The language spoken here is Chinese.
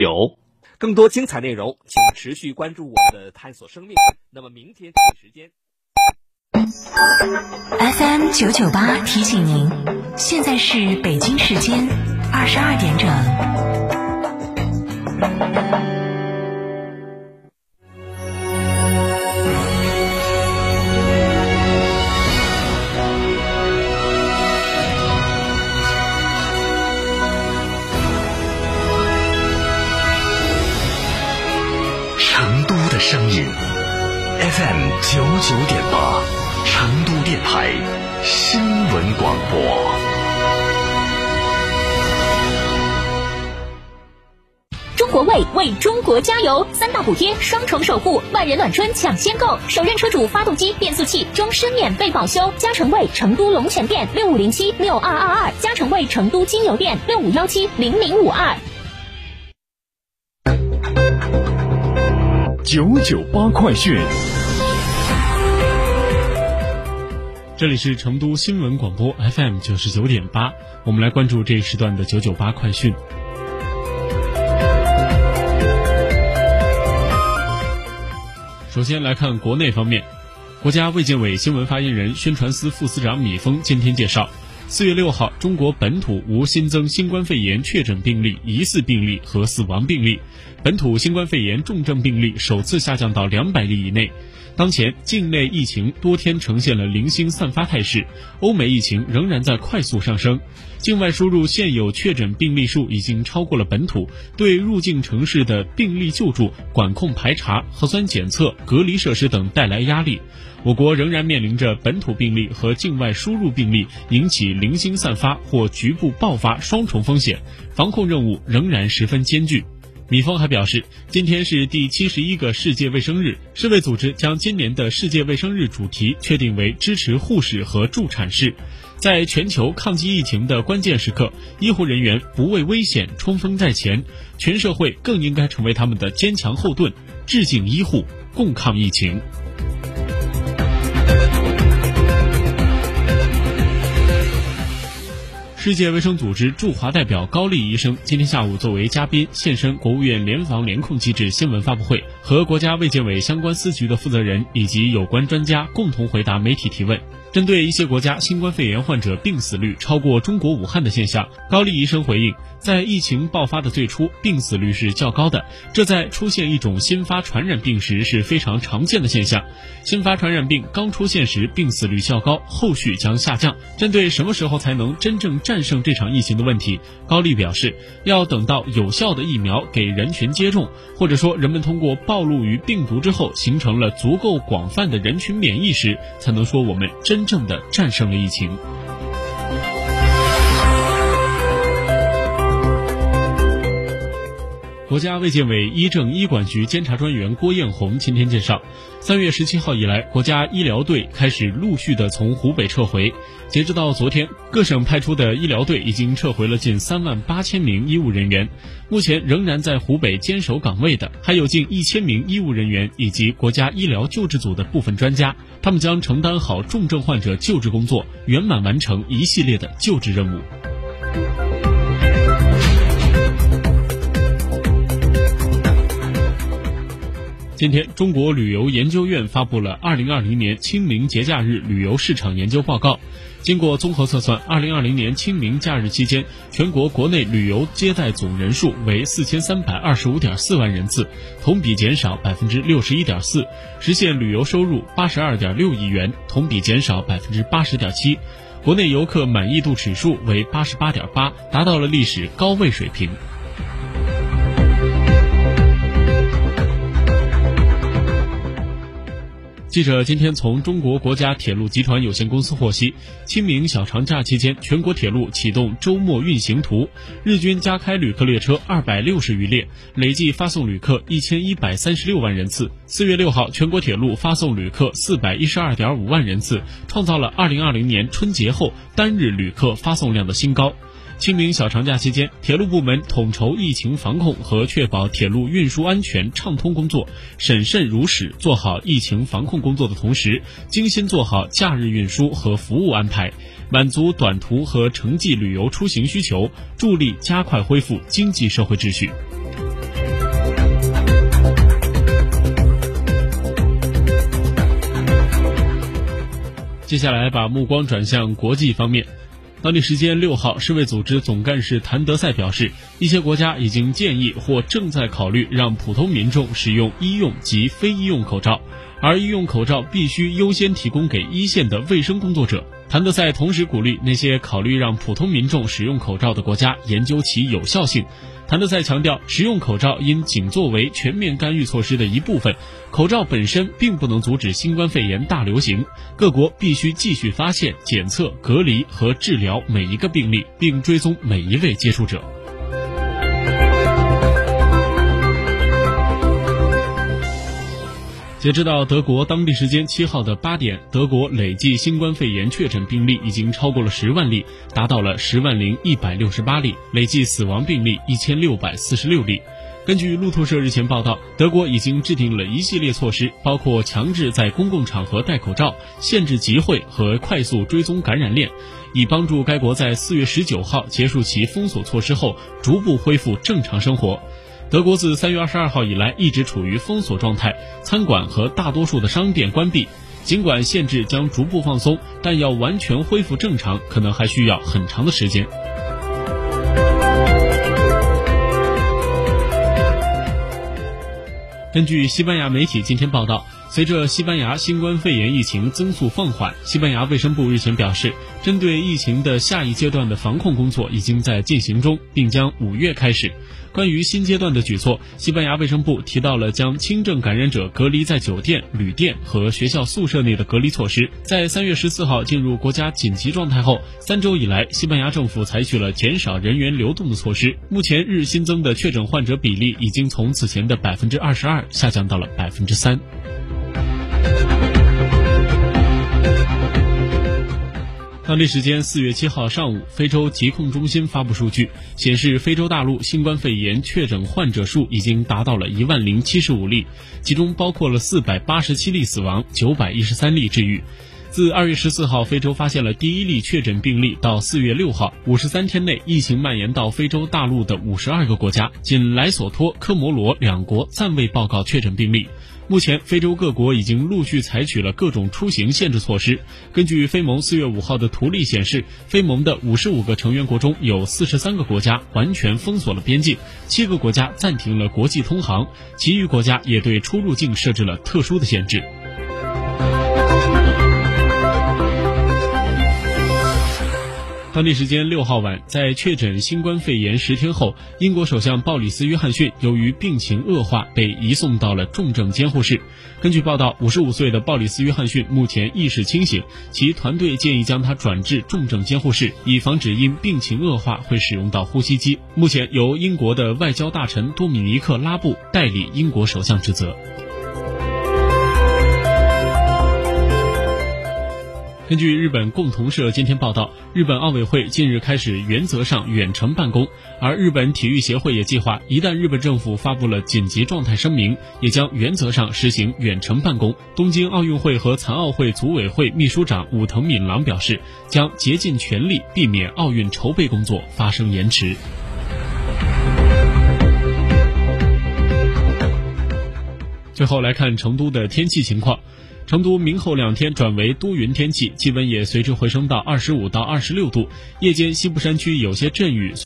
有。更多精彩内容，请持续关注我们的探索生命。那么明天这个时间 FM 998提醒您，现在是北京时间22点整。 成都的声音 FM 99.8，成都电台新闻广播。 中国卫为中国加油，3大补贴，双重守护，万人暖春抢先购，首任车主发动机、变速器终身免费保修。嘉诚卫成都龙泉店65076222，嘉诚卫成都金牛店65170052。 998快讯， 这里是成都新闻广播 FM 99.8，我们来关注这一时段的998快讯。首先来看国内方面，国家卫健委新闻发言人、宣传司副司长米峰今天介绍，4月6号，中国本土无新增新冠肺炎确诊病例、疑似病例和死亡病例，本土新冠肺炎重症病例首次下降到200例以内。当前境内疫情多天呈现了零星散发态势，欧美疫情仍然在快速上升，境外输入现有确诊病例数已经超过了本土，对入境城市的病例救助、管控排查、核酸检测、隔离设施等带来压力。我国仍然面临着本土病例和境外输入病例引起零星散发或局部爆发双重风险，防控任务仍然十分艰巨。米峰还表示，今天是第71个世界卫生日，世卫组织将今年的世界卫生日主题确定为支持护士和助产士。在全球抗击疫情的关键时刻，医护人员不畏危险冲锋在前，全社会更应该成为他们的坚强后盾，致敬医护，共抗疫情。世界卫生组织驻华代表高丽医生今天下午作为嘉宾现身国务院联防联控机制新闻发布会，和国家卫健委相关司局的负责人以及有关专家共同回答媒体提问。针对一些国家新冠肺炎患者病死率超过中国武汉的现象，高丽医生回应，在疫情爆发的最初，病死率是较高的，这在出现一种新发传染病时是非常常见的现象。新发传染病刚出现时病死率较高，后续将下降。针对什么时候才能真正战胜这场疫情的问题，高丽表示，要等到有效的疫苗给人群接种，或者说人们通过暴露于病毒之后形成了足够广泛的人群免疫时，才能说我们真正的战胜了疫情。国家卫健委医政医管局监察专员郭艳红今天介绍，3月17号以来，国家医疗队开始陆续的从湖北撤回。截止到昨天，各省派出的医疗队已经撤回了近38000名医务人员。目前仍然在湖北坚守岗位的，还有近1000名医务人员以及国家医疗救治组的部分专家，他们将承担好重症患者救治工作，圆满完成一系列的救治任务。今天，中国旅游研究院发布了2020年清明节假日旅游市场研究报告。经过综合测算，2020年清明假日期间，全国国内旅游接待总人数为4325.4万人次，同比减少61.4%，实现旅游收入82.6亿元，同比减少80.7%。国内游客满意度指数为88.8，达到了历史高位水平。记者今天从中国国家铁路集团有限公司获悉，清明小长假期间，全国铁路启动周末运行图，日均加开旅客列车260余列，累计发送旅客1136万人次。4月6号，全国铁路发送旅客412.5万人次，创造了2020年春节后单日旅客发送量的新高。清明小长假期间，铁路部门统筹疫情防控和确保铁路运输安全畅通工作，审慎如实做好疫情防控工作的同时，精心做好假日运输和服务安排，满足短途和城际旅游出行需求，助力加快恢复经济社会秩序。 接下来把目光转向国际方面。当地时间6号，世卫组织总干事谭德赛表示，一些国家已经建议或正在考虑让普通民众使用医用及非医用口罩，而医用口罩必须优先提供给一线的卫生工作者。谭德赛同时鼓励那些考虑让普通民众使用口罩的国家研究其有效性。谭德赛强调，使用口罩应仅作为全面干预措施的一部分，口罩本身并不能阻止新冠肺炎大流行，各国必须继续发现、检测、隔离和治疗每一个病例，并追踪每一位接触者。截止到德国当地时间7号的8点，德国累计新冠肺炎确诊病例已经超过了10万例，达到了100168例，累计死亡病例1646例。根据路透社日前报道，德国已经制定了一系列措施，包括强制在公共场合戴口罩、限制集会和快速追踪感染链，以帮助该国在4月19号结束其封锁措施后逐步恢复正常生活。德国自3月22号以来一直处于封锁状态，餐馆和大多数的商店关闭。尽管限制将逐步放松，但要完全恢复正常，可能还需要很长的时间。根据西班牙媒体今天报道，随着西班牙新冠肺炎疫情增速放缓，西班牙卫生部日前表示，针对疫情的下一阶段的防控工作已经在进行中，并将5月开始。关于新阶段的举措，西班牙卫生部提到了将轻症感染者隔离在酒店、旅店和学校宿舍内的隔离措施。在3月14号进入国家紧急状态后，3周以来，西班牙政府采取了减少人员流动的措施。目前日新增的确诊患者比例已经从此前的22%下降到了3%。当地时间4月7号上午，非洲疾控中心发布数据，显示非洲大陆新冠肺炎确诊患者数已经达到了10075例，其中包括了487例死亡，913例治愈。自2月14号非洲发现了第一例确诊病例到4月6号，53天内疫情蔓延到非洲大陆的52个国家，仅莱索托、科摩罗2国暂未报告确诊病例。目前非洲各国已经陆续采取了各种出行限制措施。根据非盟4月5号的图例显示，非盟的55个成员国中有43个国家完全封锁了边境，7个国家暂停了国际通航，其余国家也对出入境设置了特殊的限制。当地时间6号晚，在确诊新冠肺炎10天后，英国首相鲍里斯·约翰逊由于病情恶化被移送到了重症监护室。根据报道，55岁的鲍里斯·约翰逊目前意识清醒，其团队建议将他转至重症监护室，以防止因病情恶化会使用到呼吸机。目前由英国的外交大臣多米尼克·拉布代理英国首相职责。根据日本共同社今天报道，日本奥委会近日开始原则上远程办公，而日本体育协会也计划，一旦日本政府发布了紧急状态声明，也将原则上实行远程办公。东京奥运会和残奥会组委会秘书长武藤敏郎表示，将竭尽全力避免奥运筹备工作发生延迟。最后来看成都的天气情况。成都明后2天转为多云天气，气温也随之回升到25到26度，夜间西部山区有些阵雨。